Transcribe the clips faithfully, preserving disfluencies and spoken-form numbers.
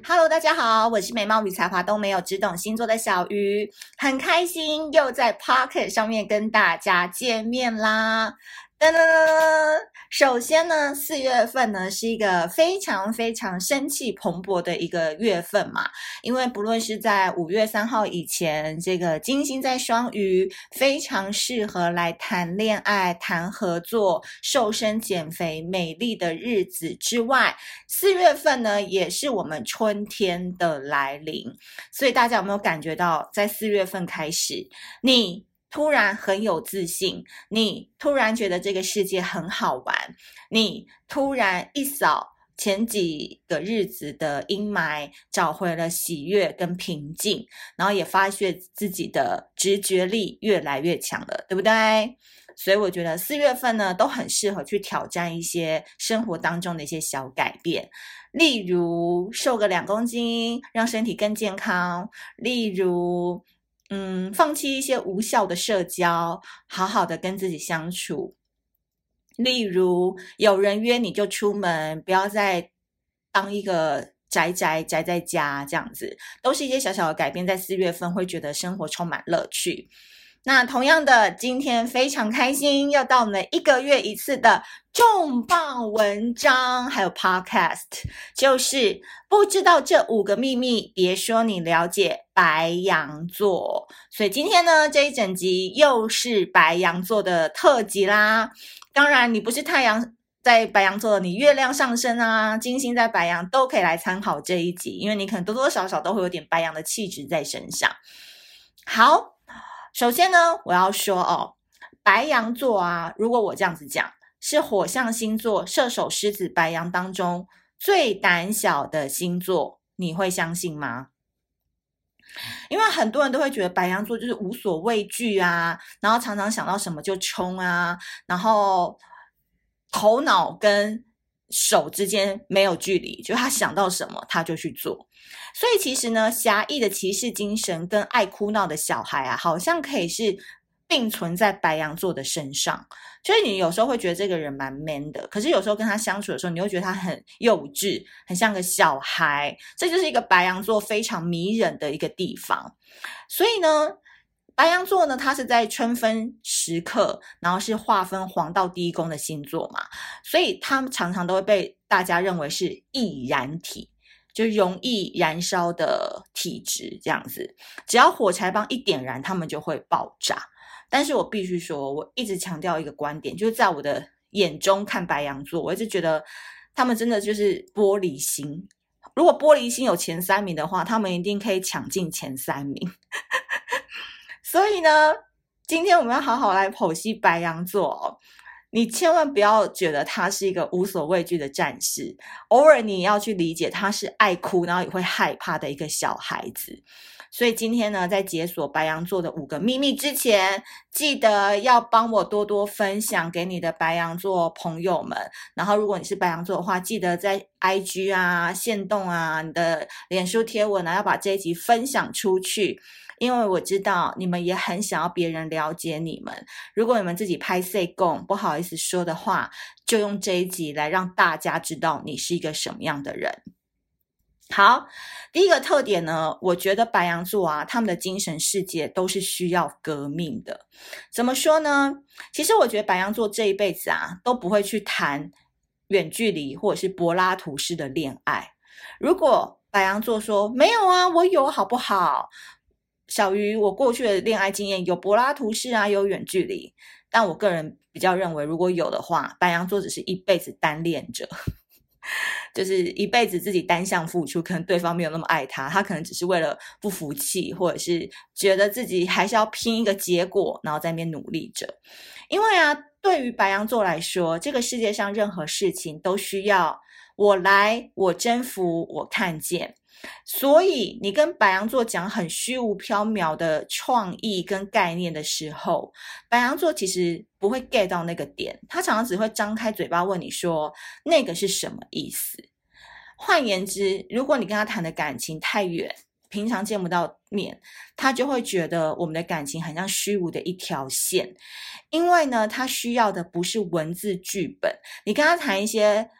Hello， 大家好，我是美貌与才华都没有，只懂星座的小鱼，很开心又在 Pocket 上面跟大家见面啦。噔噔噔，首先呢，四月份呢是一个非常非常生气蓬勃的一个月份嘛，因为不论是在五月三号以前，这个金星在双鱼，非常适合来谈恋爱、谈合作、瘦身减肥、美丽的日子之外，四月份呢也是我们春天的来临，所以大家有没有感觉到，在四月份开始，你突然很有自信，你突然觉得这个世界很好玩，你突然一扫前几个日子的阴霾，找回了喜悦跟平静，然后也发现自己的直觉力越来越强了，对不对？所以我觉得四月份呢都很适合去挑战一些生活当中的一些小改变，例如瘦个两公斤，让身体更健康，例如嗯，放弃一些无效的社交，好好的跟自己相处。例如，有人约你就出门，不要再当一个宅宅宅在家，这样子，都是一些小小的改变，在四月份会觉得生活充满乐趣。那同样的，今天非常开心，又到我们一个月一次的重磅文章，还有 podcast， 就是不知道这五个秘密，别说你了解白羊座。所以今天呢，这一整集又是白羊座的特辑啦。当然，你不是太阳在白羊座的，你月亮上升啊，金星在白羊，都可以来参考这一集，因为你可能多多少少都会有点白羊的气质在身上。好。首先呢，我要说哦，白羊座啊，如果我这样子讲，是火象星座射手、狮子、白羊当中最胆小的星座，你会相信吗？因为很多人都会觉得白羊座就是无所畏惧啊，然后常常想到什么就冲啊，然后头脑跟手之间没有距离，就他想到什么他就去做。所以其实呢，侠义的骑士精神跟爱哭闹的小孩啊，好像可以是并存在白羊座的身上。就是你有时候会觉得这个人蛮 man 的，可是有时候跟他相处的时候，你会觉得他很幼稚，很像个小孩。这就是一个白羊座非常迷人的一个地方。所以呢，白羊座呢，它是在春分时刻，然后是划分黄道第一宫的星座嘛，所以他们常常都会被大家认为是易燃体，就容易燃烧的体质这样子。只要火柴棒一点燃，他们就会爆炸。但是我必须说，我一直强调一个观点，就是在我的眼中看白羊座，我一直觉得他们真的就是玻璃心。如果玻璃心有前三名的话，他们一定可以抢进前三名。所以呢，今天我们要好好来剖析白羊座哦。你千万不要觉得他是一个无所畏惧的战士，偶尔你也要去理解他是爱哭，然后也会害怕的一个小孩子。所以今天呢，在解锁白羊座的五个秘密之前，记得要帮我多多分享给你的白羊座朋友们。然后如果你是白羊座的话，记得在 I G 啊、限动啊、你的脸书贴文啊，要把这一集分享出去。因为我知道你们也很想要别人了解你们，如果你们自己拍摄供不好意思说的话，就用这一集来让大家知道你是一个什么样的人。好，第一个特点呢，我觉得白羊座啊，他们的精神世界都是需要革命的。怎么说呢？其实我觉得白羊座这一辈子啊，都不会去谈远距离或者是柏拉图式的恋爱。如果白羊座说没有啊，我有好不好？小鱼，我过去的恋爱经验有柏拉图式啊，有远距离，但我个人比较认为，如果有的话，白羊座只是一辈子单恋者，就是一辈子自己单向付出，可能对方没有那么爱他，他可能只是为了不服气，或者是觉得自己还是要拼一个结果，然后在那边努力着。因为啊，对于白羊座来说，这个世界上任何事情都需要我来，我征服，我看见。所以你跟白羊座讲很虚无缥缈的创意跟概念的时候，白羊座其实不会 get 到那个点，他常常只会张开嘴巴问你说那个是什么意思。换言之，如果你跟他谈的感情太远，平常见不到面，他就会觉得我们的感情很像虚无的一条线。因为呢，他需要的不是文字剧本，你跟他谈一些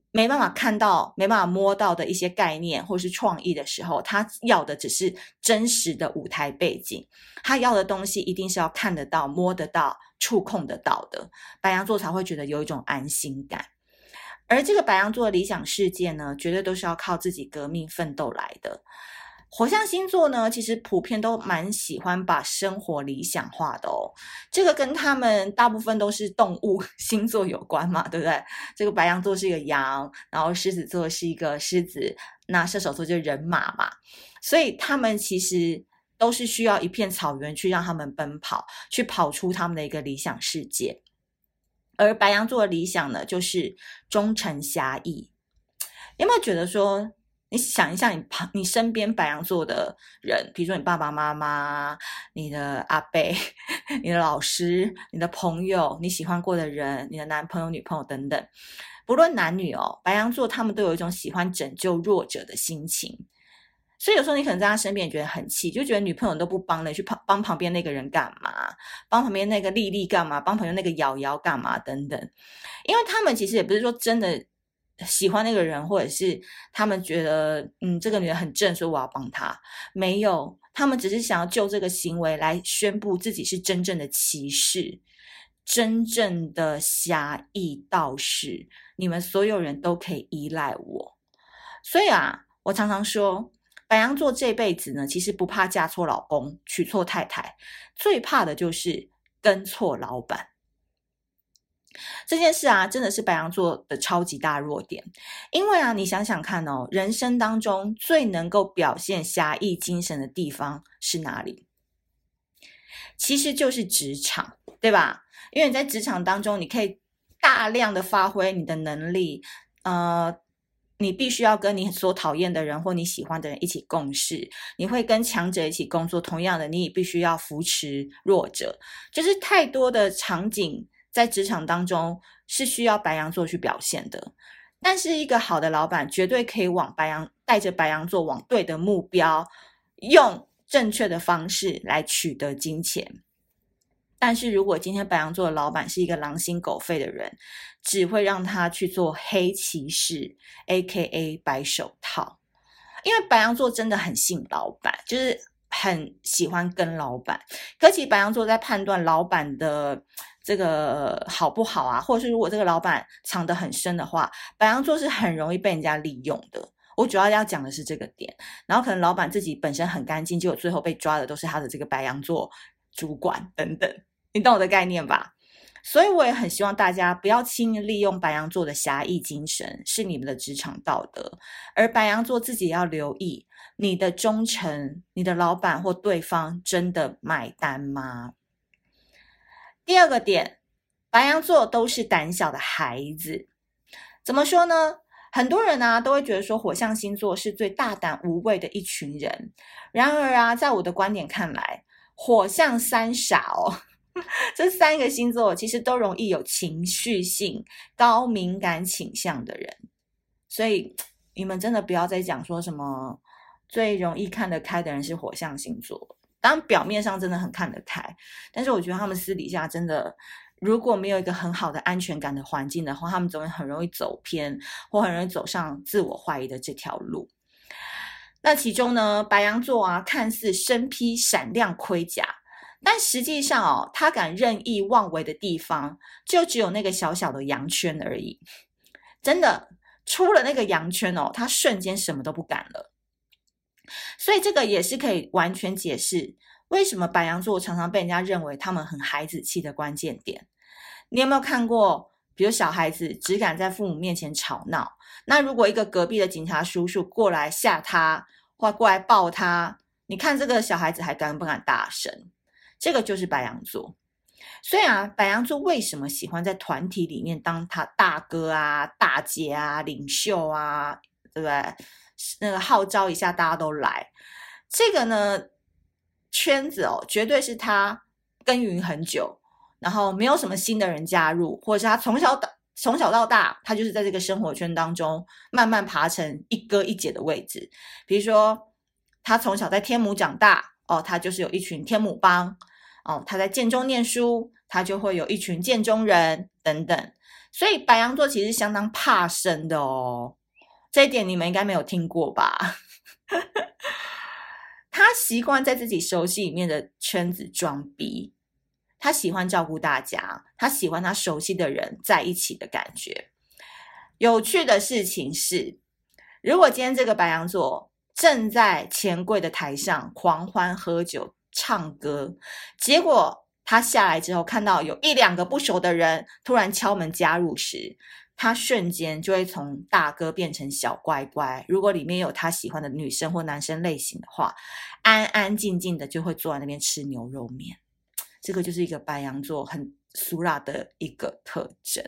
没办法看到、没办法摸到的一些概念或是创意的时候，他要的只是真实的舞台背景，他要的东西一定是要看得到、摸得到、触控得到的，白羊座才会觉得有一种安心感。而这个白羊座的理想世界呢，绝对都是要靠自己革命奋斗来的。火象星座呢，其实普遍都蛮喜欢把生活理想化的哦。这个跟他们大部分都是动物星座有关嘛，对不对？这个白羊座是一个羊，然后狮子座是一个狮子，那射手座就是人马嘛。所以他们其实都是需要一片草原去让他们奔跑，去跑出他们的一个理想世界。而白羊座的理想呢，就是忠诚侠义。有没有觉得说，你想一下你旁你身边白羊座的人，比如说你爸爸妈妈、你的阿伯、你的老师、你的朋友、你喜欢过的人、你的男朋友、女朋友等等，不论男女哦，白羊座他们都有一种喜欢拯救弱者的心情。所以有时候你可能在他身边也觉得很气，就觉得女朋友都不帮了，去帮帮旁边那个人干嘛？帮旁边那个丽丽干嘛？帮旁边那个瑶瑶干嘛？等等。因为他们其实也不是说真的喜欢那个人，或者是他们觉得嗯这个女人很正，所以我要帮她。没有，他们只是想要就这个行为来宣布自己是真正的骑士，真正的侠义道士。你们所有人都可以依赖我。所以啊，我常常说，白羊座这辈子呢，其实不怕嫁错老公、娶错太太，最怕的就是跟错老板。这件事啊，真的是白羊座的超级大弱点。因为啊，你想想看哦，人生当中最能够表现侠义精神的地方是哪里？其实就是职场，对吧？因为你在职场当中，你可以大量的发挥你的能力，呃。你必须要跟你所讨厌的人或你喜欢的人一起共事，你会跟强者一起工作，同样的你也必须要扶持弱者，就是太多的场景在职场当中是需要白羊座去表现的。但是一个好的老板绝对可以往白羊带着白羊座往对的目标，用正确的方式来取得金钱。但是如果今天白羊座的老板是一个狼心狗肺的人，只会让他去做黑骑士 A K A 白手套。因为白羊座真的很信老板，就是很喜欢跟老板。可其实白羊座在判断老板的这个好不好啊，或者是如果这个老板藏得很深的话，白羊座是很容易被人家利用的。我主要要讲的是这个点。然后可能老板自己本身很干净，结果最后被抓的都是他的这个白羊座主管等等。你懂我的概念吧？所以我也很希望大家不要轻易利用白羊座的侠义精神，是你们的职场道德。而白羊座自己也要留意，你的忠诚，你的老板或对方真的买单吗？第二个点，白羊座都是胆小的孩子。怎么说呢？很多人啊都会觉得说火象星座是最大胆无畏的一群人。然而啊，在我的观点看来，火象三傻哦。这三个星座其实都容易有情绪性、高敏感倾向的人，所以你们真的不要再讲说什么最容易看得开的人是火象星座。当然表面上真的很看得开，但是我觉得他们私底下真的，如果没有一个很好的安全感的环境的话，他们总会很容易走偏，或很容易走上自我怀疑的这条路。那其中呢，白羊座啊，看似身披闪亮盔甲，但实际上哦，他敢任意妄为的地方，就只有那个小小的羊圈而已。真的，出了那个羊圈哦，他瞬间什么都不敢了。所以这个也是可以完全解释为什么白羊座常常被人家认为他们很孩子气的关键点。你有没有看过，比如小孩子只敢在父母面前吵闹，那如果一个隔壁的警察叔叔过来吓他，或过来抱他，你看这个小孩子还敢不敢大声？这个就是白羊座。所以啊，白羊座为什么喜欢在团体里面当他大哥啊、大姐啊、领袖啊，对不对？那个号召一下大家都来，这个呢圈子哦，绝对是他耕耘很久，然后没有什么新的人加入，或者是他从小到从小到大，他就是在这个生活圈当中慢慢爬成一哥一姐的位置。比如说他从小在天母长大哦，他就是有一群天母帮哦，他在建中念书，他就会有一群建中人等等。 所以白羊座其实相当怕生的哦，这一点你们应该没有听过吧？他习惯在自己熟悉里面的圈子装逼，他喜欢照顾大家，他喜欢他熟悉的人在一起的感觉。有趣的事情是，如果今天这个白羊座正在钱柜的台上狂欢喝酒唱歌，结果他下来之后看到有一两个不熟的人突然敲门加入时，他瞬间就会从大哥变成小乖乖。如果里面有他喜欢的女生或男生类型的话，安安静静的就会坐在那边吃牛肉面。这个就是一个白羊座很俗辣的一个特征。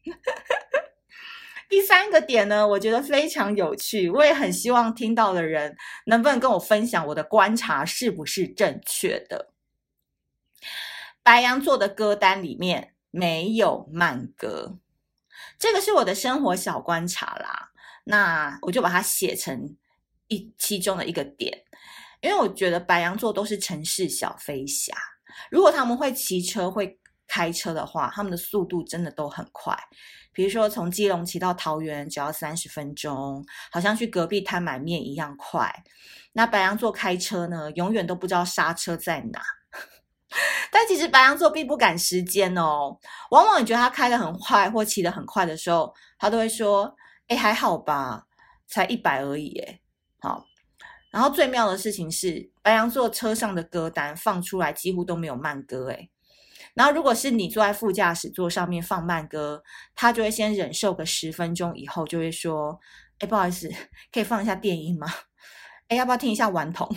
第三个点呢，我觉得非常有趣，我也很希望听到的人能不能跟我分享我的观察是不是正确的。白羊座的歌单里面没有慢歌，这个是我的生活小观察啦，那我就把它写成一其中的一个点。因为我觉得白羊座都是城市小飞侠，如果他们会骑车会开车的话，他们的速度真的都很快。比如说从基隆骑到桃园只要三十分钟，好像去隔壁摊买面一样快。那白羊座开车呢，永远都不知道刹车在哪。但其实白羊座并不赶时间哦，往往你觉得他开得很快或骑得很快的时候，他都会说诶还好吧，才一百而已耶。好，然后最妙的事情是，白羊座车上的歌单放出来几乎都没有慢歌诶。然后如果是你坐在副驾驶座上面放慢歌，他就会先忍受个十分钟以后就会说，诶不好意思，可以放一下电音吗？诶要不要听一下顽童？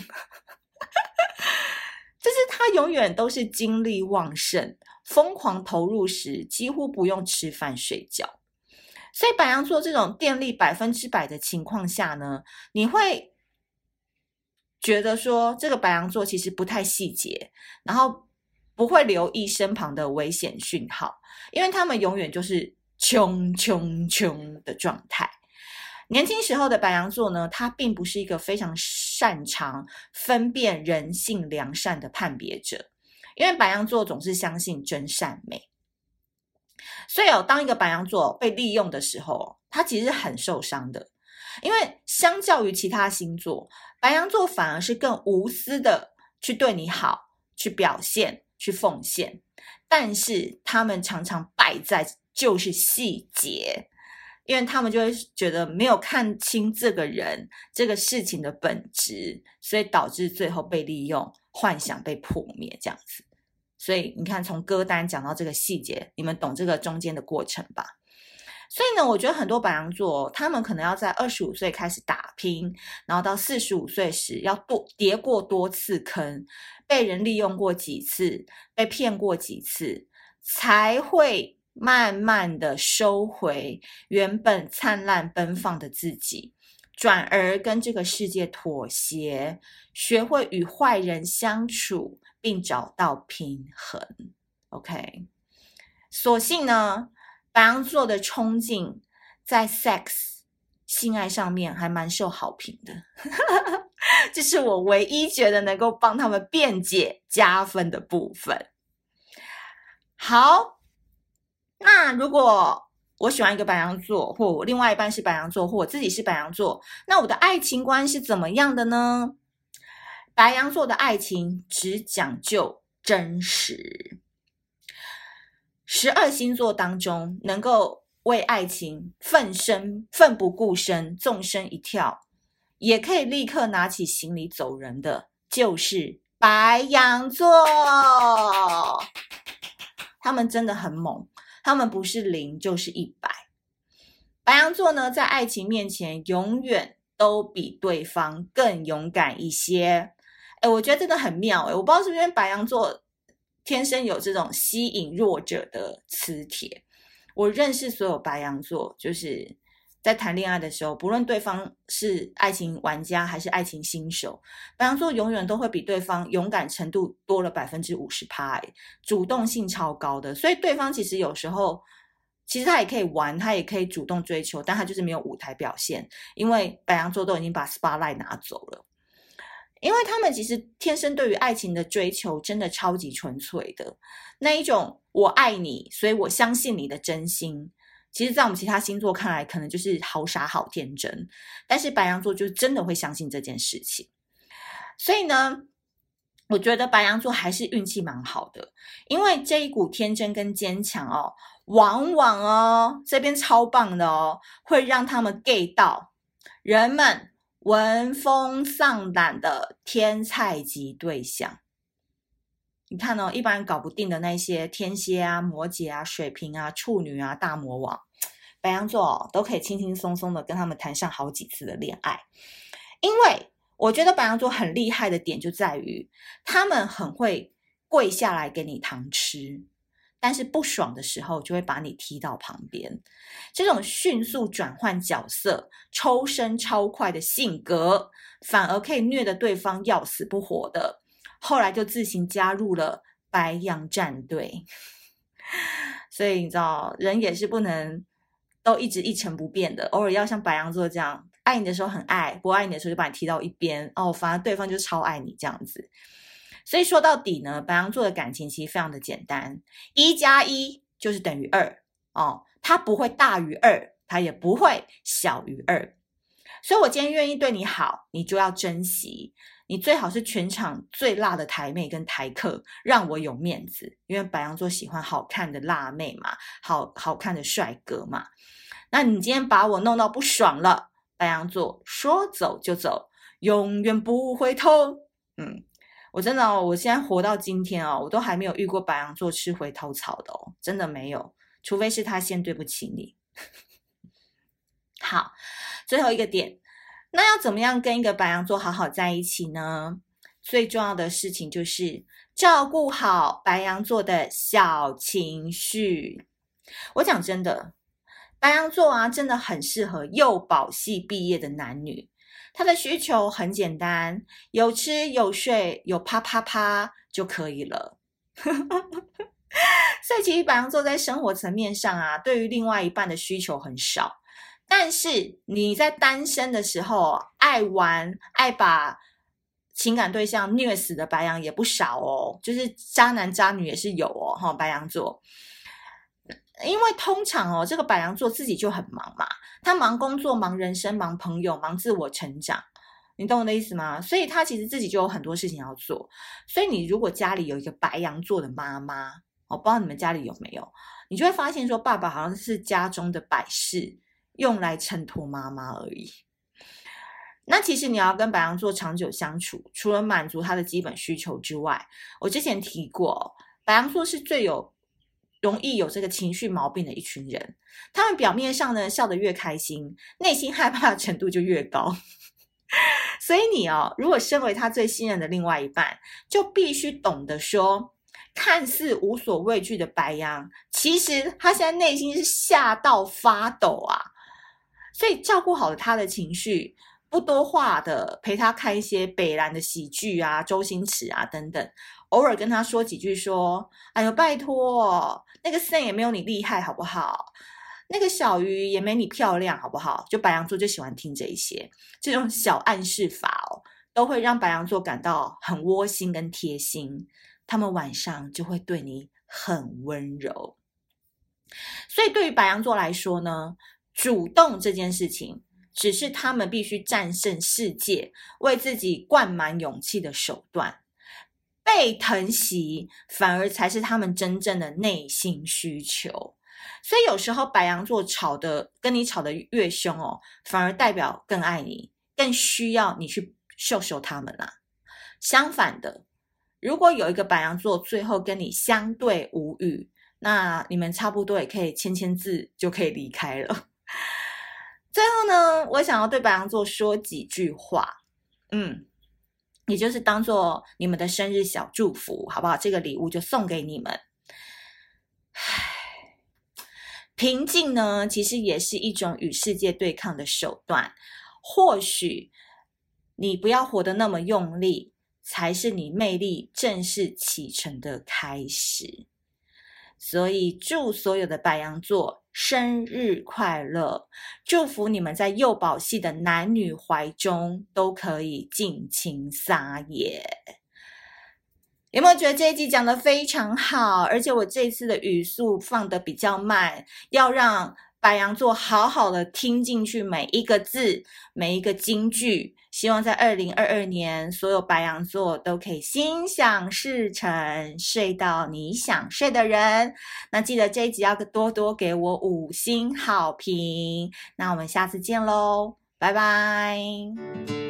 就是他永远都是精力旺盛，疯狂投入时几乎不用吃饭睡觉。所以白羊座这种电力百分之百的情况下呢，你会觉得说这个白羊座其实不太细节，然后不会留意身旁的危险讯号，因为他们永远就是穷穷穷的状态。年轻时候的白羊座呢，他并不是一个非常擅长分辨人性良善的判别者，因为白羊座总是相信真善美。所以哦，当一个白羊座被利用的时候，他其实是很受伤的，因为相较于其他星座，白羊座反而是更无私的去对你好，去表现，去奉献，但是他们常常败在就是细节。因为他们就会觉得没有看清这个人这个事情的本质，所以导致最后被利用，幻想被破灭这样子。所以你看从歌单讲到这个细节，你们懂这个中间的过程吧？所以呢，我觉得很多白羊座他们可能要在二十五岁开始打拼，然后到四十五岁时要多跌过多次坑，被人利用过几次，被骗过几次，才会慢慢的收回原本灿烂奔放的自己，转而跟这个世界妥协，学会与坏人相处，并找到平衡。 OK， 所幸呢，白羊座的冲劲在 sex 性爱上面还蛮受好评的这是我唯一觉得能够帮他们辩解加分的部分。好，那如果我喜欢一个白羊座，或我另外一半是白羊座，或我自己是白羊座，那我的爱情观是怎么样的呢？白羊座的爱情只讲究真实。十二星座当中能够为爱情奋身奋不顾身纵身一跳，也可以立刻拿起行李走人的，就是白羊座。他们真的很猛，他们不是零就是一百。白羊座呢，在爱情面前永远都比对方更勇敢一些。诶我觉得真的很妙诶我不知道是不是因为白羊座天生有这种吸引弱者的磁铁。我认识所有白羊座，就是在谈恋爱的时候，不论对方是爱情玩家还是爱情新手，白羊座永远都会比对方勇敢程度多了 百分之五十， 主动性超高的。所以对方其实有时候其实他也可以玩，他也可以主动追求，但他就是没有舞台表现，因为白羊座都已经把 spotlight 拿走了。因为他们其实天生对于爱情的追求真的超级纯粹的，那一种我爱你所以我相信你的真心， 其实在我们其他星座看来可能就是好傻好天真，但是白羊座就真的会相信这件事情。所以呢，我觉得白羊座还是运气蛮好的，因为这一股天真跟坚强哦，往往哦这边超棒的哦，会让他们 get 到人们闻风丧胆的天菜级对象。你看哦，一般人搞不定的那些天蝎啊、摩羯啊、水瓶啊、处女啊、大魔王，白羊座哦都可以轻轻松松的跟他们谈上好几次的恋爱。因为我觉得白羊座很厉害的点就在于，他们很会跪下来给你糖吃，但是不爽的时候就会把你踢到旁边。这种迅速转换角色、抽身超快的性格，反而可以虐得对方要死不活的。后来就自行加入了白羊战队。所以你知道，人也是不能都一直一成不变的，偶尔要像白羊座这样，爱你的时候很爱，不爱你的时候就把你踢到一边哦，反而对方就超爱你这样子。所以说到底呢，白羊座的感情其实非常的简单，一加一就是等于二哦，它不会大于二，它也不会小于二。所以我今天愿意对你好，你就要珍惜，你最好是全场最辣的台妹跟台客，让我有面子，因为白羊座喜欢好看的辣妹嘛，好好看的帅哥嘛。那你今天把我弄到不爽了，白羊座说走就走，永远不回头。嗯，我真的哦，我现在活到今天哦，我都还没有遇过白羊座吃回头草的哦，真的没有，除非是他先对不起你。好，最后一个点，那要怎么样跟一个白羊座好好在一起呢？最重要的事情就是照顾好白羊座的小情绪。我讲真的，白羊座啊，真的很适合幼保系毕业的男女。他的需求很简单，有吃有睡有啪啪啪就可以了。所以其实白羊座在生活层面上啊，对于另外一半的需求很少。但是你在单身的时候，爱玩爱把情感对象虐死的白羊也不少哦，就是渣男渣女也是有哦，齁，白羊座。因为通常哦，这个白羊座自己就很忙嘛，他忙工作、忙人生、忙朋友、忙自我成长，你懂我的意思吗？所以他其实自己就有很多事情要做。所以你如果家里有一个白羊座的妈妈，我不知道你们家里有没有，你就会发现说，爸爸好像是家中的摆饰，用来衬托妈妈而已。那其实你要跟白羊座长久相处，除了满足他的基本需求之外，我之前提过，白羊座是最有容易有这个情绪毛病的一群人。他们表面上呢笑得越开心，内心害怕的程度就越高。所以你哦，如果身为他最信任的另外一半，就必须懂得说，看似无所畏惧的白羊，其实他现在内心是吓到发抖啊。所以照顾好了他的情绪，不多话的陪他看一些北兰的喜剧啊、周星驰啊等等，偶尔跟他说几句说，哎呦拜托，那个 Sam 也没有你厉害好不好，那个小鱼也没你漂亮好不好，就白羊座就喜欢听这一些，这种小暗示法哦，都会让白羊座感到很窝心跟贴心，他们晚上就会对你很温柔。所以对于白羊座来说呢，主动这件事情只是他们必须战胜世界，为自己灌满勇气的手段。被疼惜反而才是他们真正的内心需求。所以有时候白羊座吵的跟你吵得越凶哦，反而代表更爱你，更需要你去秀秀他们啦。相反的，如果有一个白羊座最后跟你相对无语，那你们差不多也可以签签字就可以离开了。最后呢，我想要对白羊座说几句话，嗯，也就是当做你们的生日小祝福，好不好？这个礼物就送给你们。平静呢，其实也是一种与世界对抗的手段。或许你不要活得那么用力，才是你魅力正式启程的开始。所以祝所有的白羊座生日快乐，祝福你们在幼保系的男女怀中都可以尽情撒野。有没有觉得这一集讲得非常好？而且我这次的语速放得比较慢，要让白羊座好好的听进去每一个字，每一个金句，希望在二零二二年所有白羊座都可以心想事成，睡到你想睡的人。那记得这一集要多多给我五星好评，那我们下次见咯，拜拜。